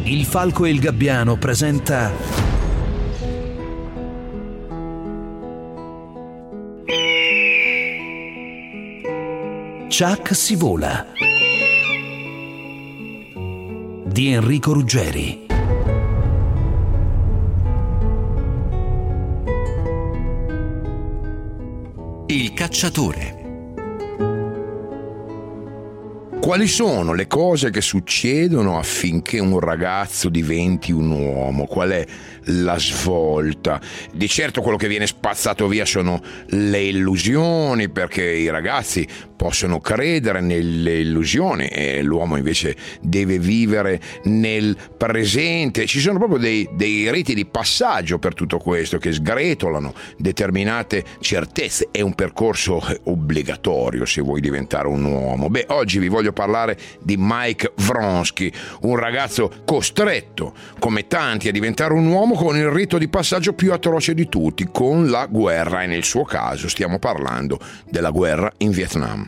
Il Falco e il Gabbiano presenta Chuck si vola di Enrico Ruggeri. Il cacciatore. Quali sono le cose che succedono affinché un ragazzo diventi un uomo? Qual è la svolta? Di certo quello che viene spazzato via sono le illusioni, perché i ragazzi possono credere nelle illusioni e l'uomo invece deve vivere nel presente. Ci sono proprio dei riti di passaggio per tutto questo che sgretolano determinate certezze. È un percorso obbligatorio se vuoi diventare un uomo. Oggi vi voglio parlare di Mike Vronsky, un ragazzo costretto, come tanti, a diventare un uomo con il rito di passaggio più atroce di tutti, con la guerra, e nel suo caso stiamo parlando della guerra in Vietnam.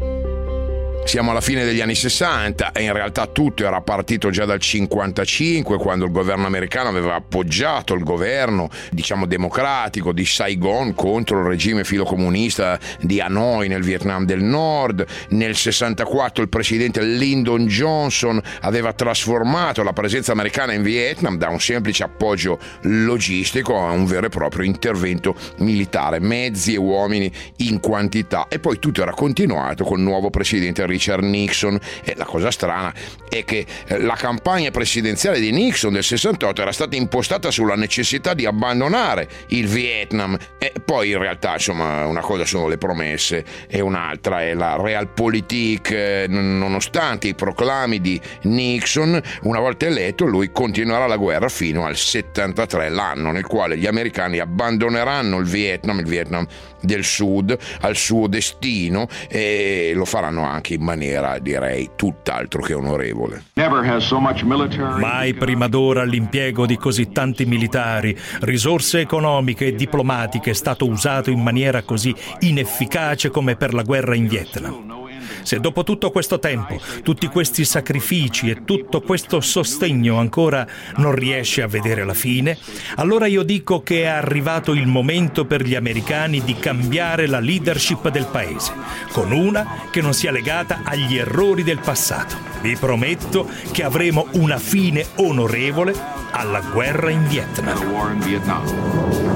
Siamo alla fine degli anni 60 e in realtà tutto era partito già dal 55, quando il governo americano aveva appoggiato il governo, democratico di Saigon contro il regime filocomunista di Hanoi nel Vietnam del Nord. Nel 64 il presidente Lyndon Johnson aveva trasformato la presenza americana in Vietnam da un semplice appoggio logistico a un vero e proprio intervento militare, mezzi e uomini in quantità. E poi tutto era continuato col nuovo presidente Richard Nixon. E la cosa strana è che la campagna presidenziale di Nixon del 68 era stata impostata sulla necessità di abbandonare il Vietnam, e poi in realtà una cosa sono le promesse e un'altra è la realpolitik. Nonostante i proclami di Nixon, una volta eletto lui continuerà la guerra fino al 73, l'anno nel quale gli americani abbandoneranno il Vietnam del Sud al suo destino, e lo faranno anche in maniera, direi, tutt'altro che onorevole. Mai prima d'ora l'impiego di così tanti militari, risorse economiche e diplomatiche è stato usato in maniera così inefficace come per la guerra in Vietnam. Se dopo tutto questo tempo, tutti questi sacrifici e tutto questo sostegno ancora non riesce a vedere la fine, allora io dico che è arrivato il momento per gli americani di cambiare la leadership del paese, con una che non sia legata agli errori del passato. Vi prometto che avremo una fine onorevole alla guerra in Vietnam.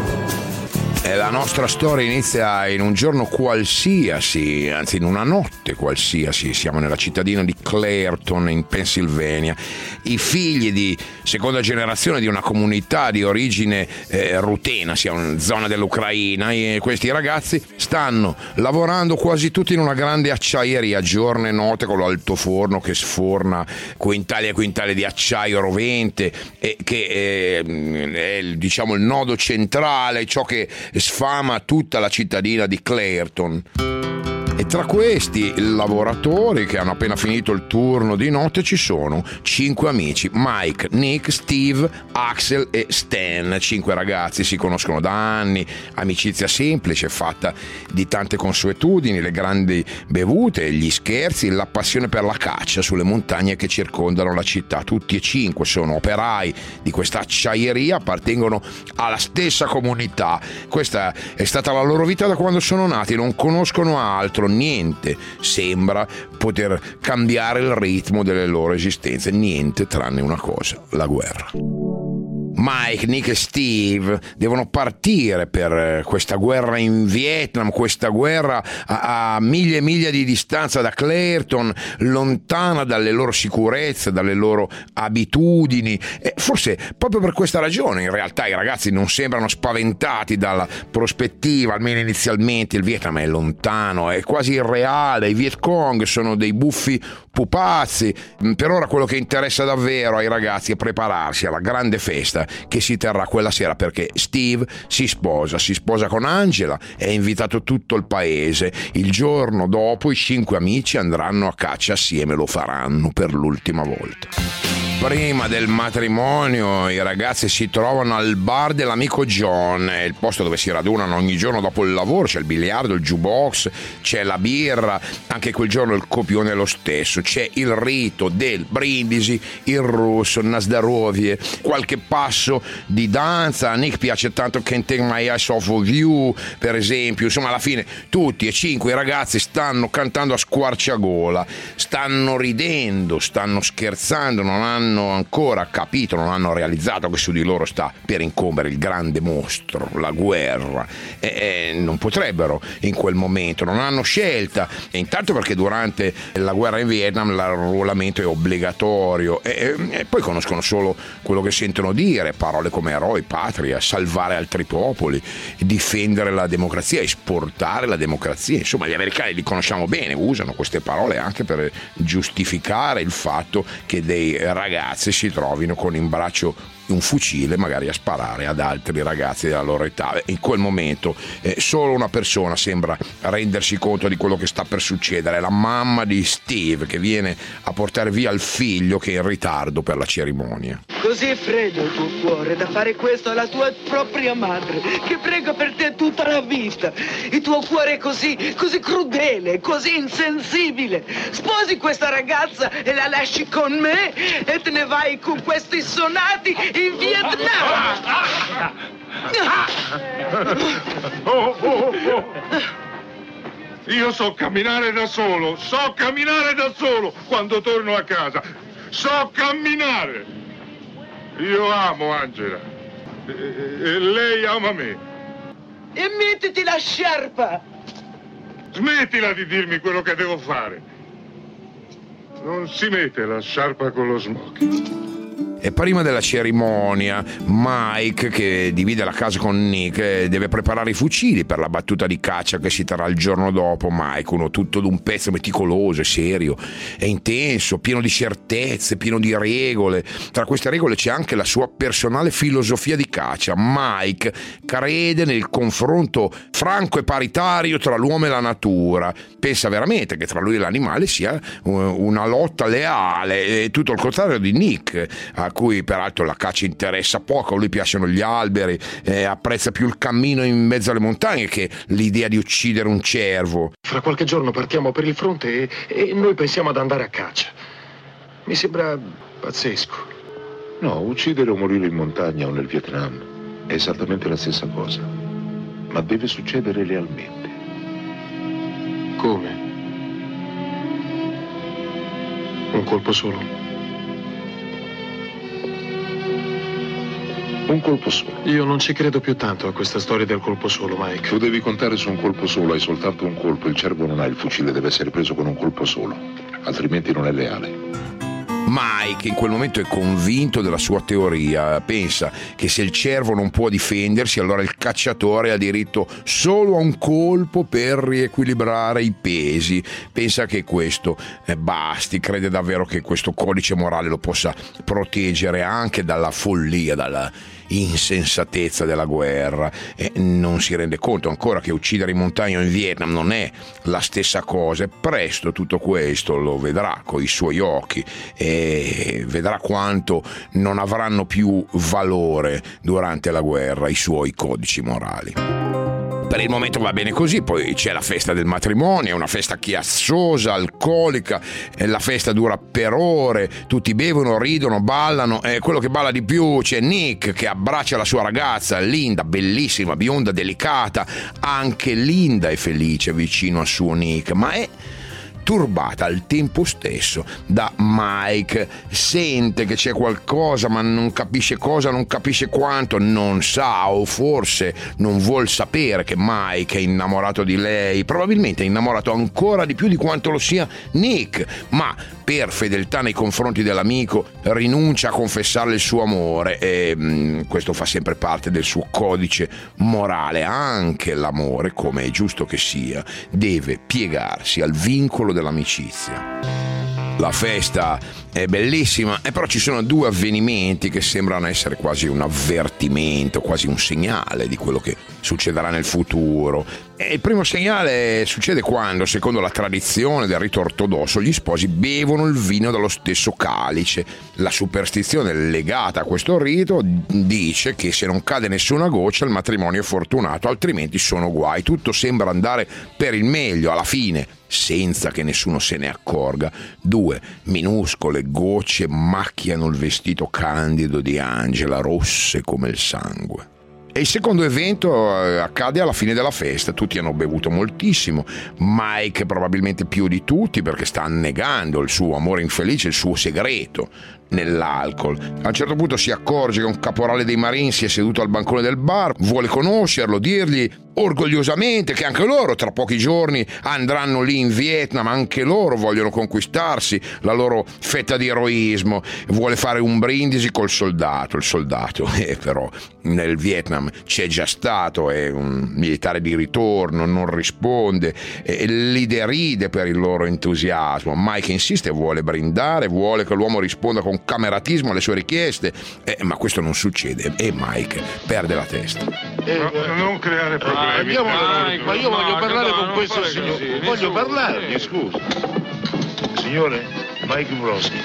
La nostra storia inizia in un giorno qualsiasi, anzi in una notte qualsiasi. Siamo nella cittadina di Clairton in Pennsylvania. I figli di seconda generazione di una comunità di origine rutena, sia una zona dell'Ucraina, e questi ragazzi stanno lavorando quasi tutti in una grande acciaieria, giorno e notte, con l'altoforno che sforna quintali e quintali di acciaio rovente, e che è il nodo centrale, ciò che sfama tutta la cittadina di Clairton. E tra questi lavoratori che hanno appena finito il turno di notte ci sono 5 amici: Mike, Nick, Steve, Axel e Stan. 5 ragazzi, si conoscono da anni, amicizia semplice fatta di tante consuetudini, le grandi bevute, gli scherzi, la passione per la caccia sulle montagne che circondano la città. Tutti e 5 sono operai di questa acciaieria, appartengono alla stessa comunità. Questa è stata la loro vita da quando sono nati, non conoscono altro. Niente sembra poter cambiare il ritmo delle loro esistenze, niente tranne una cosa: la guerra. Mike, Nick e Steve devono partire per questa guerra in Vietnam, questa guerra a miglia e miglia di distanza da Clairton, lontana dalle loro sicurezze, dalle loro abitudini. E forse proprio per questa ragione in realtà i ragazzi non sembrano spaventati dalla prospettiva, almeno inizialmente. Il Vietnam è lontano, è quasi irreale, i Viet Cong sono dei buffi pupazzi. Per ora quello che interessa davvero ai ragazzi è prepararsi alla grande festa che si terrà quella sera, perché Steve si sposa con Angela, è invitato tutto il paese. Il giorno dopo i 5 amici andranno a caccia assieme, lo faranno per l'ultima volta. Prima del matrimonio i ragazzi si trovano al bar dell'amico John, è il posto dove si radunano ogni giorno dopo il lavoro, c'è il biliardo, il jukebox, c'è la birra, anche quel giorno il copione è lo stesso, c'è il rito del brindisi, il russo, il Nazdarovie, qualche passo di danza. A Nick piace tanto Can't Take My Eyes Off of You, per esempio. Insomma, alla fine tutti e 5 i ragazzi stanno cantando a squarciagola, stanno ridendo, stanno scherzando, non hanno ancora capito, non hanno realizzato che su di loro sta per incombere il grande mostro, la guerra, e non potrebbero in quel momento, non hanno scelta, e intanto perché durante la guerra in Vietnam l'arruolamento è obbligatorio, e poi conoscono solo quello che sentono dire, parole come eroi, patria, salvare altri popoli, difendere la democrazia, esportare la democrazia. Insomma, gli americani li conosciamo bene, usano queste parole anche per giustificare il fatto che dei ragazzi si trovino con in braccio un fucile, magari a sparare ad altri ragazzi della loro età. In quel momento solo una persona sembra rendersi conto di quello che sta per succedere, la mamma di Steve, che viene a portare via il figlio che è in ritardo per la cerimonia. Così freddo il tuo cuore da fare questo alla tua propria madre, che prega per te tutta la vita. Il tuo cuore è così crudele, così insensibile. Sposi questa ragazza e la lasci con me e te ne vai con questi sonati in Vietnam. Io so camminare da solo quando torno a casa. So camminare. Io amo Angela e lei ama me. E mettiti la sciarpa. Smettila di dirmi quello che devo fare. Non si mette la sciarpa con lo smoking. E prima della cerimonia Mike, che divide la casa con Nick, deve preparare i fucili per la battuta di caccia che si terrà il giorno dopo. Mike, uno tutto d'un pezzo, meticoloso, è serio, è intenso, pieno di certezze, pieno di regole. Tra queste regole c'è anche la sua personale filosofia di caccia. Mike crede nel confronto franco e paritario tra l'uomo e la natura, pensa veramente che tra lui e l'animale sia una lotta leale, tutto il contrario di Nick, a cui peraltro la caccia interessa poco. A lui piacciono gli alberi, apprezza più il cammino in mezzo alle montagne che l'idea di uccidere un cervo. Fra qualche giorno partiamo per il fronte e noi pensiamo ad andare a caccia. Mi sembra pazzesco. No, uccidere o morire in montagna o nel Vietnam è esattamente la stessa cosa, ma deve succedere lealmente. Come? Un colpo solo? Un colpo solo. Io non ci credo più tanto a questa storia del colpo solo, Mike. Tu devi contare su un colpo solo, hai soltanto un colpo. Il cervo non ha il fucile, deve essere preso con un colpo solo, altrimenti non è leale. Mike in quel momento è convinto della sua teoria, pensa che se il cervo non può difendersi, allora il cacciatore ha diritto solo a un colpo per riequilibrare i pesi. Pensa che questo basti, crede davvero che questo codice morale lo possa proteggere anche dalla follia, dalla insensatezza della guerra, e non si rende conto ancora che uccidere in montagna o in Vietnam non è la stessa cosa. E presto tutto questo lo vedrà coi suoi occhi e vedrà quanto non avranno più valore durante la guerra i suoi codici morali. Per il momento va bene così, poi c'è la festa del matrimonio, è una festa chiassosa, alcolica, la festa dura per ore, tutti bevono, ridono, ballano, e quello che balla di più c'è Nick che abbraccia la sua ragazza, Linda, bellissima, bionda, delicata. Anche Linda è felice vicino al suo Nick, ma è turbata al tempo stesso da Mike. Sente che c'è qualcosa, ma non capisce cosa, non capisce quanto, non sa, o forse non vuol sapere che Mike è innamorato di lei. Probabilmente è innamorato ancora di più di quanto lo sia Nick, ma per fedeltà nei confronti dell'amico rinuncia a confessarle il suo amore, e questo fa sempre parte del suo codice morale. Anche l'amore, come è giusto che sia, deve piegarsi al vincolo dell'amicizia. La festa È bellissima, però ci sono due avvenimenti che sembrano essere quasi un avvertimento, quasi un segnale di quello che succederà nel futuro. E il primo segnale succede quando, secondo la tradizione del rito ortodosso, gli sposi bevono il vino dallo stesso calice. La superstizione legata a questo rito dice che se non cade nessuna goccia il matrimonio è fortunato, altrimenti sono guai. Tutto sembra andare per il meglio alla fine, senza che nessuno se ne accorga. 2 minuscole gocce macchiano il vestito candido di Angela, rosse come il sangue. E il secondo evento accade alla fine della festa. Tutti hanno bevuto moltissimo, Mike probabilmente più di tutti, perché sta annegando il suo amore infelice, il suo segreto nell'alcol. A un certo punto si accorge che un caporale dei Marines si è seduto al bancone del bar, vuole conoscerlo, dirgli orgogliosamente che anche loro tra pochi giorni andranno lì in Vietnam, anche loro vogliono conquistarsi la loro fetta di eroismo. Vuole fare un brindisi col soldato. Il soldato però nel Vietnam c'è già stato, è un militare di ritorno, non risponde, li deride per il loro entusiasmo. Mike insiste, vuole brindare, vuole che l'uomo risponda con cameratismo alle sue richieste, ma questo non succede e Mike perde la testa. Non creare problemi. Ma io voglio parlare con questo signore. Voglio parlargli, scusa. Signore, Mike Broski.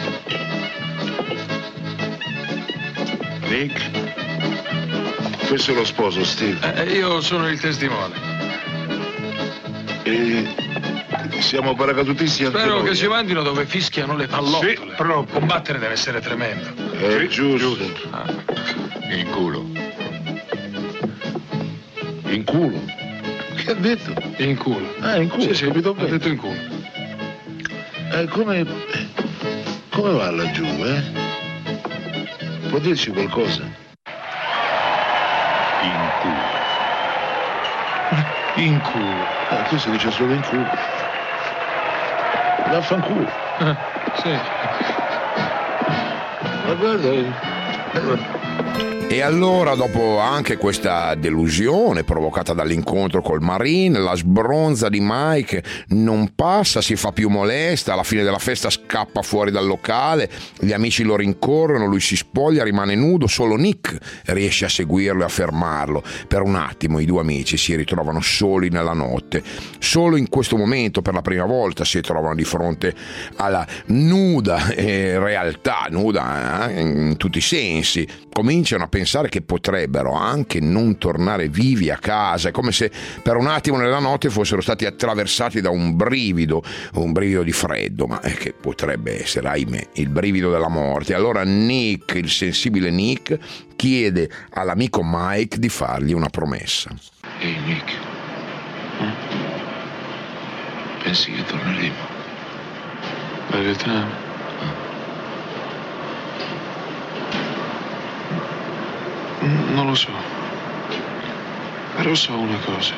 Nick? Questo è lo sposo, Steve. Io sono il testimone. E siamo paracadutisti anche Spero noi. che si mandino dove fischiano le pallottole. Sì, proprio. Combattere deve essere tremendo. È giusto. In culo. In culo? Che ha detto? In culo. Ah, in culo, Sì, capito ha bene. detto in culo. Come va laggiù, eh? Può dirci qualcosa? In culo. In culo. Qui si dice solo in culo. Vaffanculo. Sì. Ma guarda. E allora, dopo anche questa delusione provocata dall'incontro col Marine, la sbronza di Mike non passa, si fa più molesta, alla fine della festa scappa fuori dal locale, gli amici lo rincorrono, lui si spoglia, rimane nudo, solo Nick riesce a seguirlo e a fermarlo. Per un attimo i due amici si ritrovano soli nella notte. Solo in questo momento, per la prima volta, si trovano di fronte alla nuda realtà, nuda in tutti i sensi. Cominciano a pensare che potrebbero anche non tornare vivi a casa. È come se per un attimo nella notte fossero stati attraversati da un brivido di freddo, ma che potrebbe essere, ahimè, il brivido della morte. Allora Nick, il sensibile Nick, chiede all'amico Mike di fargli una promessa. Ehi, Nick. Pensi che torneremo? Dal Vietnam? Non lo so. Però so una cosa.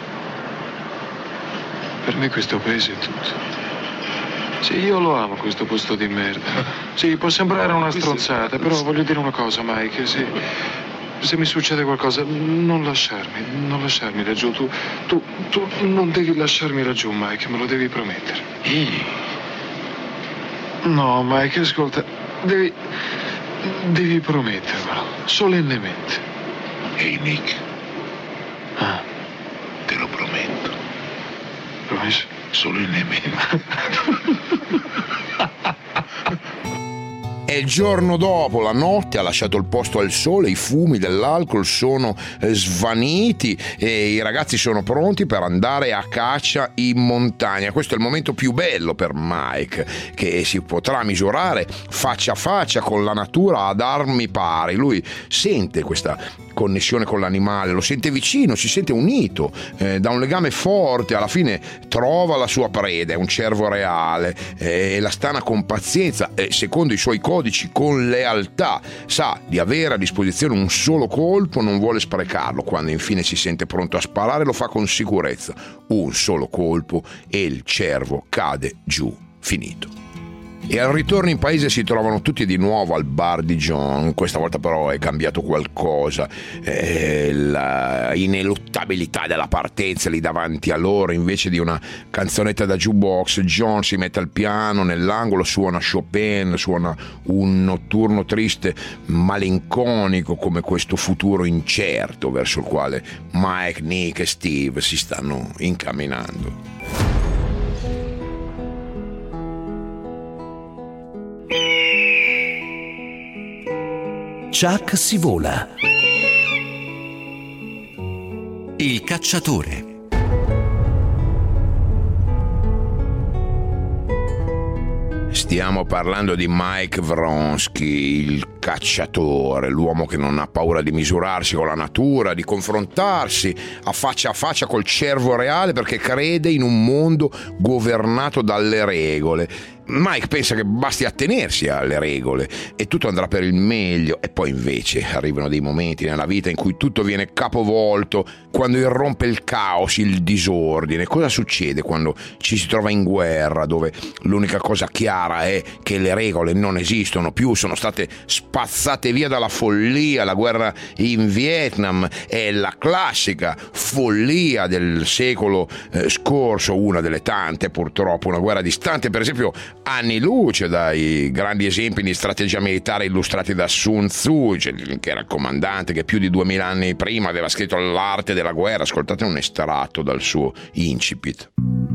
Per me questo paese è tutto. Sì, io lo amo questo posto di merda. Sì, può sembrare una stronzata, però voglio dire una cosa, Mike. Se mi succede qualcosa, non lasciarmi laggiù. Tu non devi lasciarmi laggiù, Mike, me lo devi promettere. No, Mike, ascolta, devi promettermelo, solennemente. Ehi, Nick. Ah, Te lo prometto. promesso? Solennemente. E il giorno dopo, la notte ha lasciato il posto al sole, i fumi dell'alcol sono svaniti e i ragazzi sono pronti per andare a caccia in montagna. Questo è il momento più bello per Mike, che si potrà misurare faccia a faccia con la natura ad armi pari. Lui sente questa connessione con l'animale, lo sente vicino, si sente unito da un legame forte. Alla fine trova la sua preda, è un cervo reale, e la stana con pazienza e secondo i suoi codici con lealtà. Sa di avere a disposizione un solo colpo, non vuole sprecarlo. Quando infine si sente pronto a sparare lo fa con sicurezza. Un solo colpo e il cervo cade giù, finito. E al ritorno in paese si trovano tutti di nuovo al bar di John. Questa volta però è cambiato qualcosa. La ineluttabilità della partenza lì davanti a loro. Invece di una canzonetta da jukebox, John si mette al piano nell'angolo, suona Chopin, suona un notturno triste, malinconico, come questo futuro incerto verso il quale Mike, Nick e Steve si stanno incamminando. Chuck si vola. Il cacciatore. Stiamo parlando di Mike Vronsky, il cacciatore, l'uomo che non ha paura di misurarsi con la natura, di confrontarsi a faccia col cervo reale, perché crede in un mondo governato dalle regole. Mike pensa che basti attenersi alle regole e tutto andrà per il meglio, e poi invece arrivano dei momenti nella vita in cui tutto viene capovolto, quando irrompe il caos, il disordine. Cosa succede quando ci si trova in guerra, dove l'unica cosa chiara è che le regole non esistono più, sono state spazzate via dalla follia? La guerra in Vietnam è la classica follia del secolo scorso, una delle tante purtroppo, una guerra distante per esempio anni luce dai grandi esempi di strategia militare illustrati da Sun Tzu, che era il comandante che più di 2000 anni prima aveva scritto l'arte della guerra. Ascoltate un estratto dal suo incipit.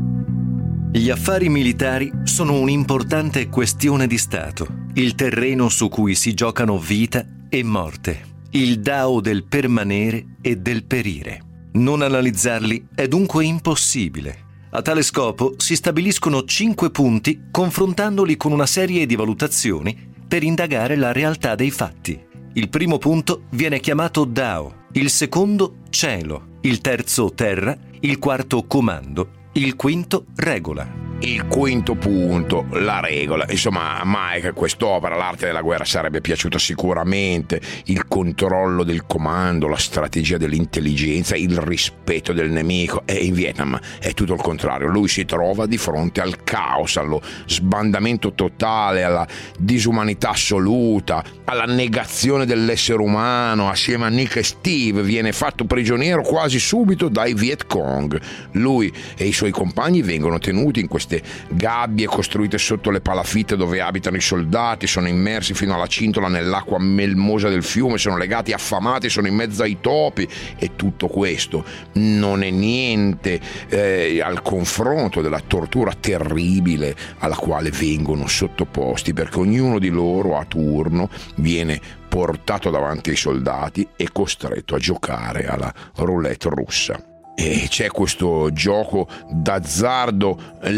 Gli affari militari sono un'importante questione di Stato, il terreno su cui si giocano vita e morte, il Dao del permanere e del perire. Non analizzarli è dunque impossibile. A tale scopo si stabiliscono 5 punti confrontandoli con una serie di valutazioni per indagare la realtà dei fatti. Il primo punto viene chiamato Dao, il secondo cielo, il terzo terra, il quarto comando, il quinto regola. Il quinto punto, la regola. Insomma, a Mike quest'opera, l'arte della guerra, sarebbe piaciuta sicuramente. Il controllo del comando, la strategia dell'intelligenza, il rispetto del nemico. E in Vietnam è tutto il contrario. Lui si trova di fronte al caos, allo sbandamento totale, alla disumanità assoluta, alla negazione dell'essere umano. Assieme a Nick e Steve viene fatto prigioniero quasi subito dai Viet Cong. Lui e i suoi compagni vengono tenuti in queste gabbie costruite sotto le palafitte dove abitano i soldati, sono immersi fino alla cintola nell'acqua melmosa del fiume, sono legati, affamati, sono in mezzo ai topi, e tutto questo non è niente al confronto della tortura terribile alla quale vengono sottoposti, perché ognuno di loro a turno viene portato davanti ai soldati e costretto a giocare alla roulette russa. E c'è questo gioco d'azzardo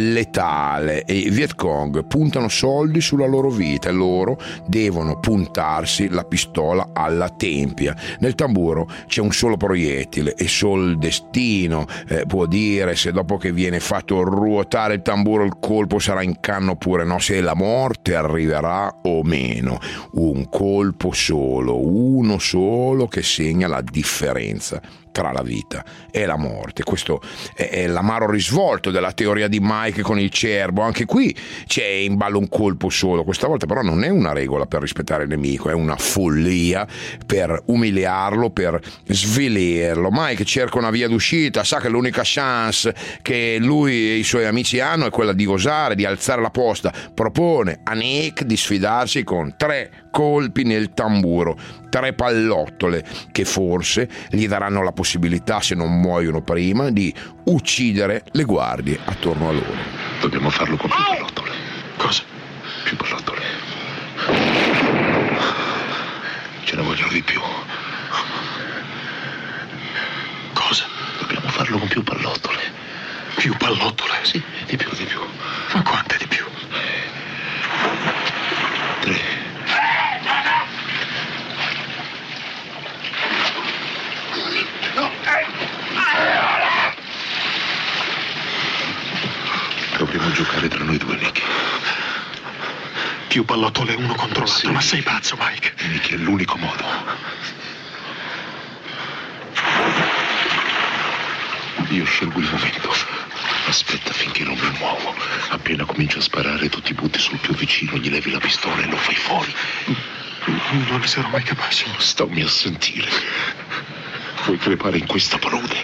letale e i Viet Cong puntano soldi sulla loro vita e loro devono puntarsi la pistola alla tempia. Nel tamburo c'è un solo proiettile e solo il destino può dire se dopo che viene fatto ruotare il tamburo il colpo sarà in canna oppure no, se la morte arriverà o meno. Un colpo solo, uno solo, che segna la differenza tra la vita e la morte. Questo è l'amaro risvolto della teoria di Mike con il cervo. Anche qui c'è in ballo un colpo solo. Questa volta però non è una regola per rispettare il nemico, è una follia per umiliarlo, per svilirlo. Mike cerca una via d'uscita, sa che l'unica chance che lui e i suoi amici hanno è quella di osare, di alzare la posta. Propone a Nick di sfidarsi con 3 colpi nel tamburo, 3 pallottole che forse gli daranno la possibilità, se non muoiono prima, di uccidere le guardie attorno a loro. Dobbiamo farlo con più pallottole. Cosa? Più pallottole. Ce ne vogliono di più. Cosa? Dobbiamo farlo con più pallottole. Più pallottole? Sì, di più. Ma quante di più? 3. Dovremmo giocare tra noi due, Nicky. Più pallottole uno contro l'altro. Sì. Ma sei pazzo, Mike? Nicky, è l'unico modo. Io scelgo il momento. Aspetta finché non mi muovo. Appena comincio a sparare, tu ti butti sul più vicino, gli levi la pistola e lo fai fuori. Non ne sarò mai capace. Stammi a sentire. Puoi crepare in questa palude.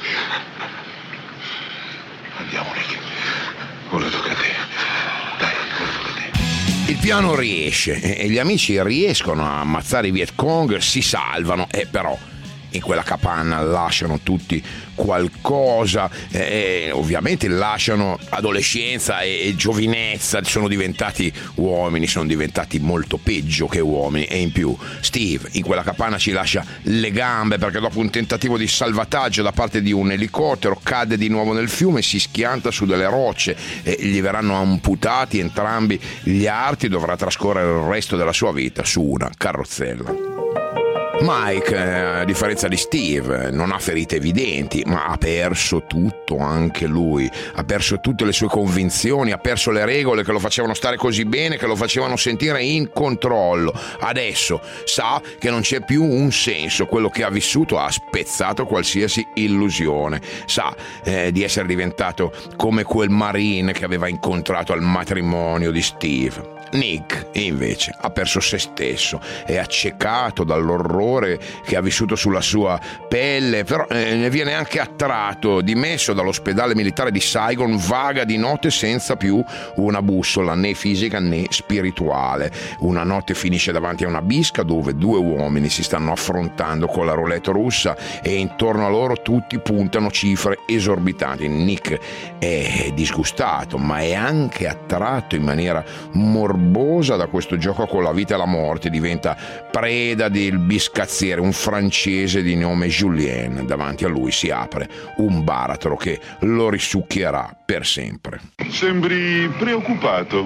Andiamo, Nick. Ora tocca a te. Dai, ora tocca a te. Il piano riesce e gli amici riescono a ammazzare i Viet Cong, si salvano, però in quella capanna lasciano tutti qualcosa, ovviamente lasciano adolescenza e giovinezza, sono diventati uomini, sono diventati molto peggio che uomini, e in più Steve in quella capanna ci lascia le gambe perché dopo un tentativo di salvataggio da parte di un elicottero cade di nuovo nel fiume, si schianta su delle rocce e gli verranno amputati entrambi gli arti, dovrà trascorrere il resto della sua vita su una carrozzella. Mike, a differenza di Steve, non ha ferite evidenti, ma ha perso tutto anche lui, ha perso tutte le sue convinzioni, ha perso le regole che lo facevano stare così bene, che lo facevano sentire in controllo. Adesso sa che non c'è più un senso, quello che ha vissuto ha spezzato qualsiasi illusione, sa di essere diventato come quel marine che aveva incontrato al matrimonio di Steve. Nick invece ha perso se stesso, è accecato dall'orrore che ha vissuto sulla sua pelle, però ne viene anche attratto, dimesso dall'ospedale militare di Saigon, vaga di notte senza più una bussola né fisica né spirituale. Una notte finisce davanti a una bisca dove due uomini si stanno affrontando con la roulette russa e intorno a loro tutti puntano cifre esorbitanti. Nick è disgustato, ma è anche attratto in maniera morbosa da questo gioco con la vita e la morte, diventa preda del biscazziere, un francese di nome Julien. Davanti a lui si apre un baratro che lo risucchierà per sempre. Sembri preoccupato.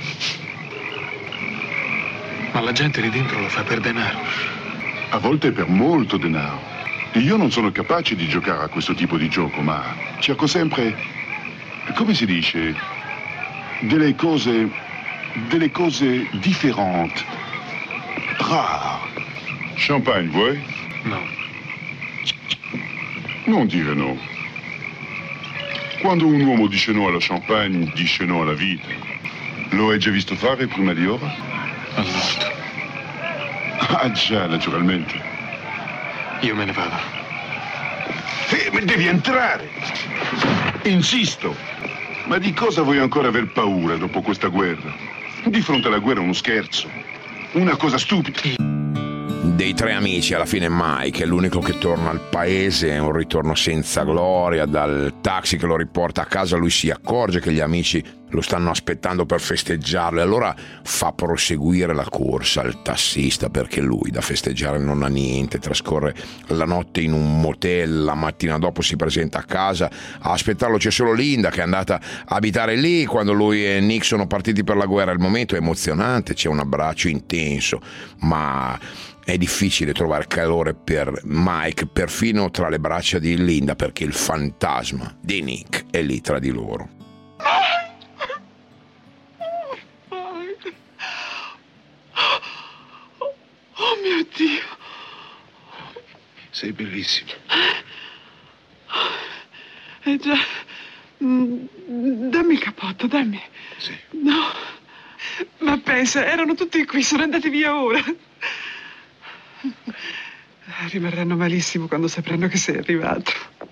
Ma la gente lì dentro lo fa per denaro. A volte per molto denaro. Io non sono capace di giocare a questo tipo di gioco, ma cerco sempre, come si dice, delle cose differenti, rare. Champagne, vuoi? No. Non dire no. Quando un uomo dice no alla champagne, dice no alla vita. Lo hai già visto fare prima di ora? Al nord. Ah già, naturalmente. Io me ne vado. Devi entrare. Insisto. Ma di cosa vuoi ancora aver paura dopo questa guerra? Di fronte alla guerra è uno scherzo. Una cosa stupida. Dei tre amici alla fine Mike è l'unico che torna al paese, è un ritorno senza gloria. Dal taxi che lo riporta a casa lui si accorge che gli amici lo stanno aspettando per festeggiarlo e allora fa proseguire la corsa al tassista perché lui da festeggiare non ha niente. Trascorre la notte in un motel, la mattina dopo si presenta a casa, a aspettarlo c'è solo Linda che è andata a abitare lì quando lui e Nick sono partiti per la guerra. Il momento è emozionante, c'è un abbraccio intenso, ma è difficile trovare calore per Mike perfino tra le braccia di Linda perché il fantasma di Nick è lì tra di loro. Oh mio Dio! Sei bellissimo. Già. Dammi il cappotto, dammi. Sì. No. Ma pensa, erano tutti qui, sono andati via ora. Rimarranno malissimo quando sapranno che sei arrivato.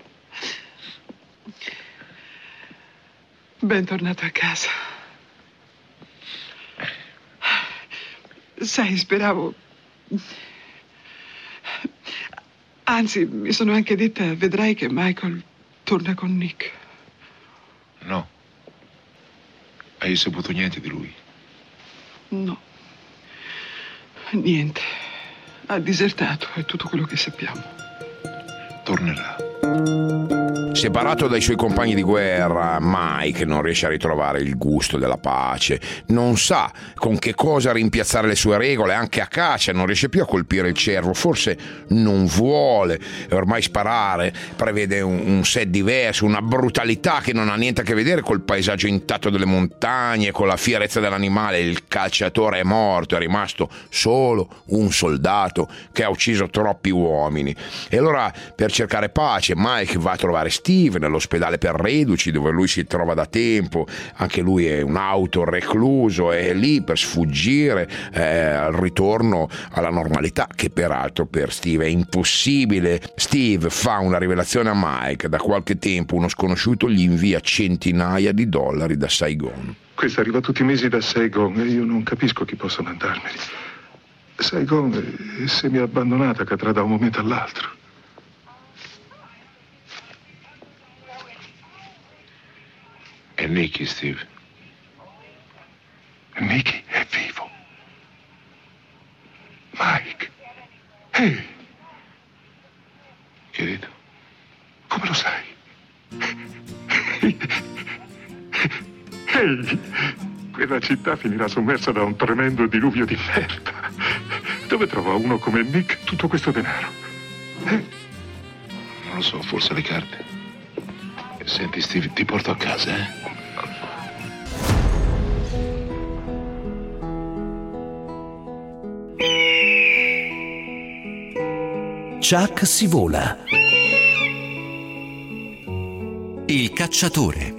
Bentornato a casa. Sai, speravo... Anzi, mi sono anche detta, vedrai che Michael torna con Nick. No. Hai saputo niente di lui? No. Niente. Ha disertato, è tutto quello che sappiamo. Tornerà. Separato dai suoi compagni di guerra, Mike non riesce a ritrovare il gusto della pace, non sa con che cosa rimpiazzare le sue regole, anche a caccia non riesce più a colpire il cervo, forse non vuole ormai sparare, prevede un set diverso, una brutalità che non ha niente a che vedere col paesaggio intatto delle montagne, con la fierezza dell'animale. Il cacciatore è morto, è rimasto solo un soldato che ha ucciso troppi uomini. E allora, per cercare pace, Mike va a trovare Steve Steve nell'ospedale per reduci dove lui si trova da tempo. Anche lui è un autorecluso e è lì per sfuggire al ritorno alla normalità, che peraltro per Steve è impossibile. Steve fa una rivelazione a Mike: da qualche tempo uno sconosciuto gli invia centinaia di dollari da Saigon. Questo arriva tutti i mesi da Saigon e io non capisco chi possa mandarmeli. Saigon è semi-abbandonata, cadrà da un momento all'altro. E Nicky, Steve? Nicky è vivo. Mike. Ehi. Che hai detto? Come lo sai? Ehi. Quella città finirà sommersa da un tremendo diluvio di merda. Dove trova uno come Nick tutto questo denaro? Non lo so, forse le carte. Senti, Steve, ti porto a casa, Chuck si vola. Il cacciatore.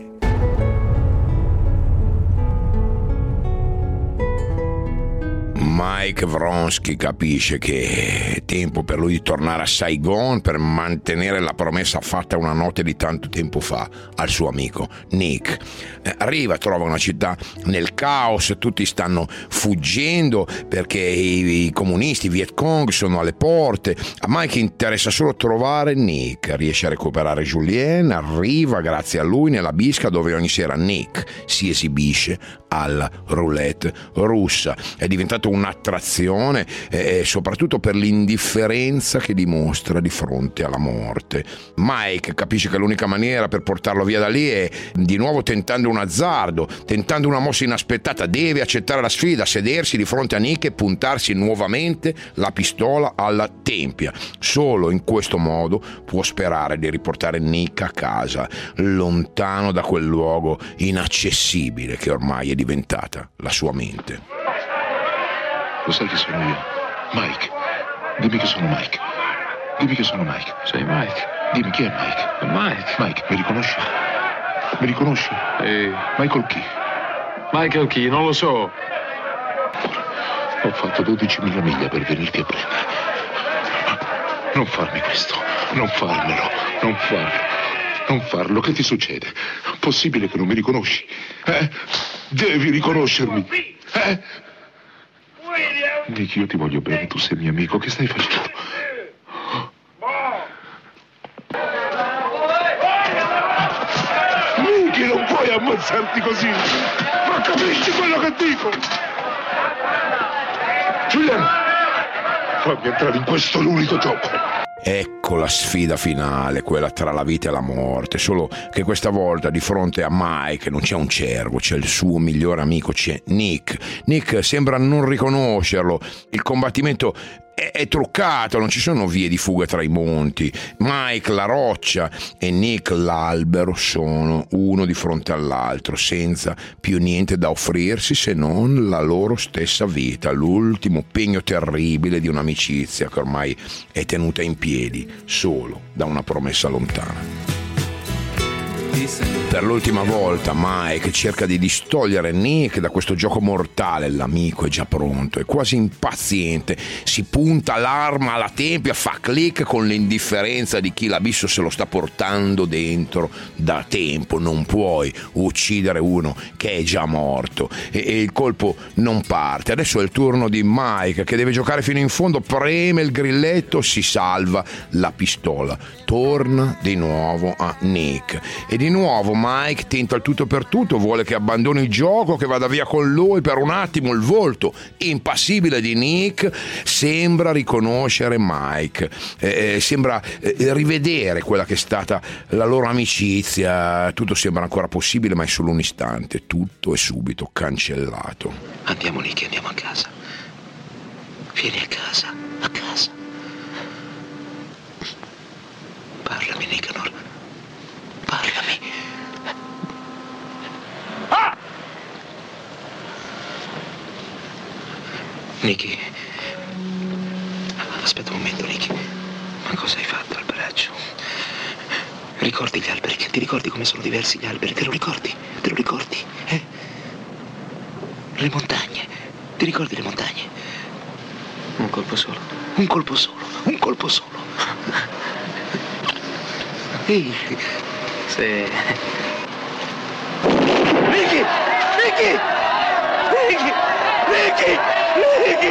Mike Vronsky capisce che è tempo per lui di tornare a Saigon per mantenere la promessa fatta una notte di tanto tempo fa al suo amico Nick. Arriva, trova una città nel caos, tutti stanno fuggendo perché i comunisti, i Viet Cong sono alle porte. A Mike interessa solo trovare Nick, riesce a recuperare Julien, arriva grazie a lui nella bisca dove ogni sera Nick si esibisce alla roulette russa. È diventato un'attrazione soprattutto per l'indifferenza che dimostra di fronte alla morte. Mike capisce che l'unica maniera per portarlo via da lì è di nuovo tentando un azzardo, tentando una mossa inaspettata. Deve accettare la sfida, sedersi di fronte a Nick e puntarsi nuovamente la pistola alla tempia. Solo in questo modo può sperare di riportare Nick a casa, lontano da quel luogo inaccessibile che ormai è diventata la sua mente. Lo sai che sono io? Mike. Dimmi che sono Mike. Dimmi che sono Mike. Sei Mike? Dimmi chi è Mike. È Mike. Mike, mi riconosci? Mi riconosci? Michael chi? Michael chi? Non lo so. Ho fatto 12.000 miglia per venirti a prendere. Non farmi questo. Non farmelo. Non farlo. Non farlo. Che ti succede? Possibile che non mi riconosci? Devi riconoscermi. Nick, io ti voglio bene, tu sei mio amico. Che stai facendo? Nicky, non puoi ammazzarti così. Ma capisci quello che dico? Julian, fammi entrare in questo l'unico gioco. Ecco la sfida finale, quella tra la vita e la morte, solo che questa volta di fronte a Mike non c'è un cervo, c'è il suo migliore amico, c'è Nick. Nick sembra non riconoscerlo, il combattimento è truccato, non ci sono vie di fuga tra i monti. Mike la roccia e Nick l'albero sono uno di fronte all'altro, senza più niente da offrirsi se non la loro stessa vita, l'ultimo pegno terribile di un'amicizia che ormai è tenuta in piedi solo da una promessa lontana. Per l'ultima volta Mike cerca di distogliere Nick da questo gioco mortale. L'amico è già pronto, è quasi impaziente, si punta l'arma alla tempia, fa clic con l'indifferenza di chi l'abisso se lo sta portando dentro da tempo. Non puoi uccidere uno che è già morto e il colpo non parte. Adesso è il turno di Mike che deve giocare fino in fondo, preme il grilletto, si salva la pistola, torna di nuovo a Nick e di nuovo Mike tenta il tutto per tutto, vuole che abbandoni il gioco, che vada via con lui. Per un attimo il volto impassibile di Nick sembra riconoscere Mike, sembra rivedere quella che è stata la loro amicizia. Tutto sembra ancora possibile, ma è solo un istante, tutto è subito cancellato. Andiamo Nick, andiamo a casa. Vieni a casa, a casa. Parlami Nicanor, parlami. Nicky, aspetta un momento, Nicky. Ma cosa hai fatto al braccio? Ricordi gli alberi? Ti ricordi come sono diversi gli alberi? Te lo ricordi? Te lo ricordi? Le montagne. Ti ricordi le montagne? Un colpo solo. Un colpo solo. Un colpo solo. Ehi. Sì. Ricky! Ricky! Ricky! Ricky! Ricky!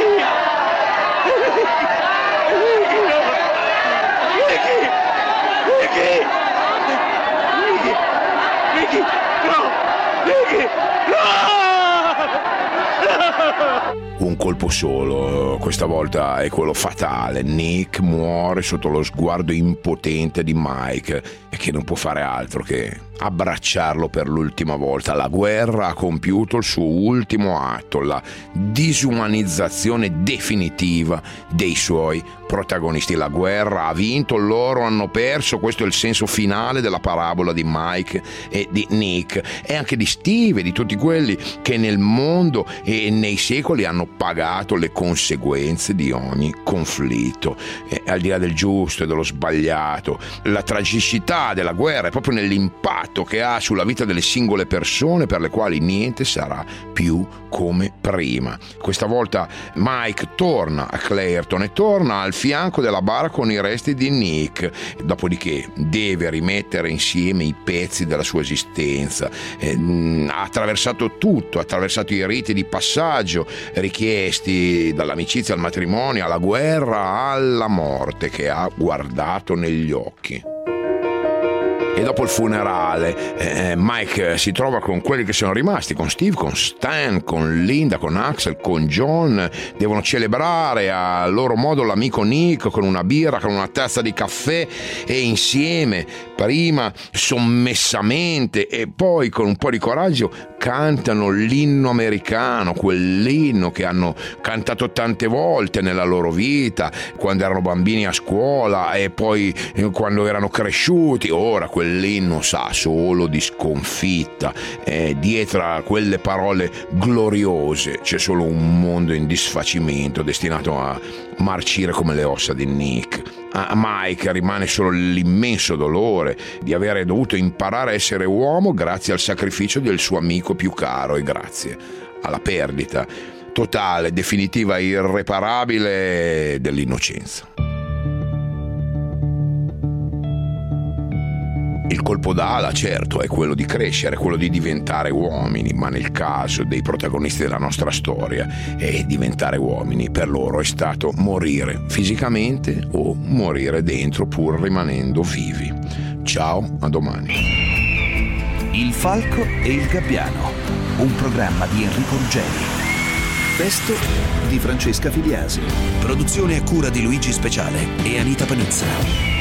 Ricky! No! Ricky! No! Un colpo solo, questa volta è quello fatale. Nick muore sotto lo sguardo impotente di Mike, che non può fare altro che abbracciarlo per l'ultima volta. La guerra ha compiuto il suo ultimo atto, la disumanizzazione definitiva dei suoi protagonisti. La guerra ha vinto, loro hanno perso. Questo è il senso finale della parabola di Mike e di Nick, e anche di Steve e di tutti quelli che nel mondo e nei secoli hanno pagato le conseguenze di ogni conflitto. Al di là del giusto e dello sbagliato, la tragicità della guerra è proprio nell'impatto che ha sulla vita delle singole persone, per le quali niente sarà più come prima. Questa volta Mike torna a Clairton e torna al fianco della bara con i resti di Nick, dopodiché deve rimettere insieme i pezzi della sua esistenza. Ha attraversato tutto, ha attraversato i riti di passaggio richiesti dall'amicizia al matrimonio, alla guerra, alla morte, che ha guardato negli occhi. E dopo il funerale Mike si trova con quelli che sono rimasti, con Steve, con Stan, con Linda, con Axel, con John. Devono celebrare a loro modo l'amico Nick con una birra, con una tazza di caffè, e insieme, prima sommessamente e poi con un po' di coraggio, cantano l'inno americano, quell'inno che hanno cantato tante volte nella loro vita, quando erano bambini a scuola e poi quando erano cresciuti. Ora quell'inno sa solo di sconfitta. Dietro a quelle parole gloriose c'è solo un mondo in disfacimento, destinato a marcire come le ossa di Nick. A Mike rimane solo l'immenso dolore di avere dovuto imparare a essere uomo grazie al sacrificio del suo amico più caro e grazie alla perdita totale, definitiva e irreparabile dell'innocenza. Il colpo d'ala, certo, è quello di crescere, quello di diventare uomini, ma nel caso dei protagonisti della nostra storia, diventare uomini per loro è stato morire fisicamente o morire dentro pur rimanendo vivi. Ciao, a domani. Il Falco e il Gabbiano, un programma di Enrico Ruggeri. Testo di Francesca Filiasi. Produzione a cura di Luigi Speciale e Anita Panizza.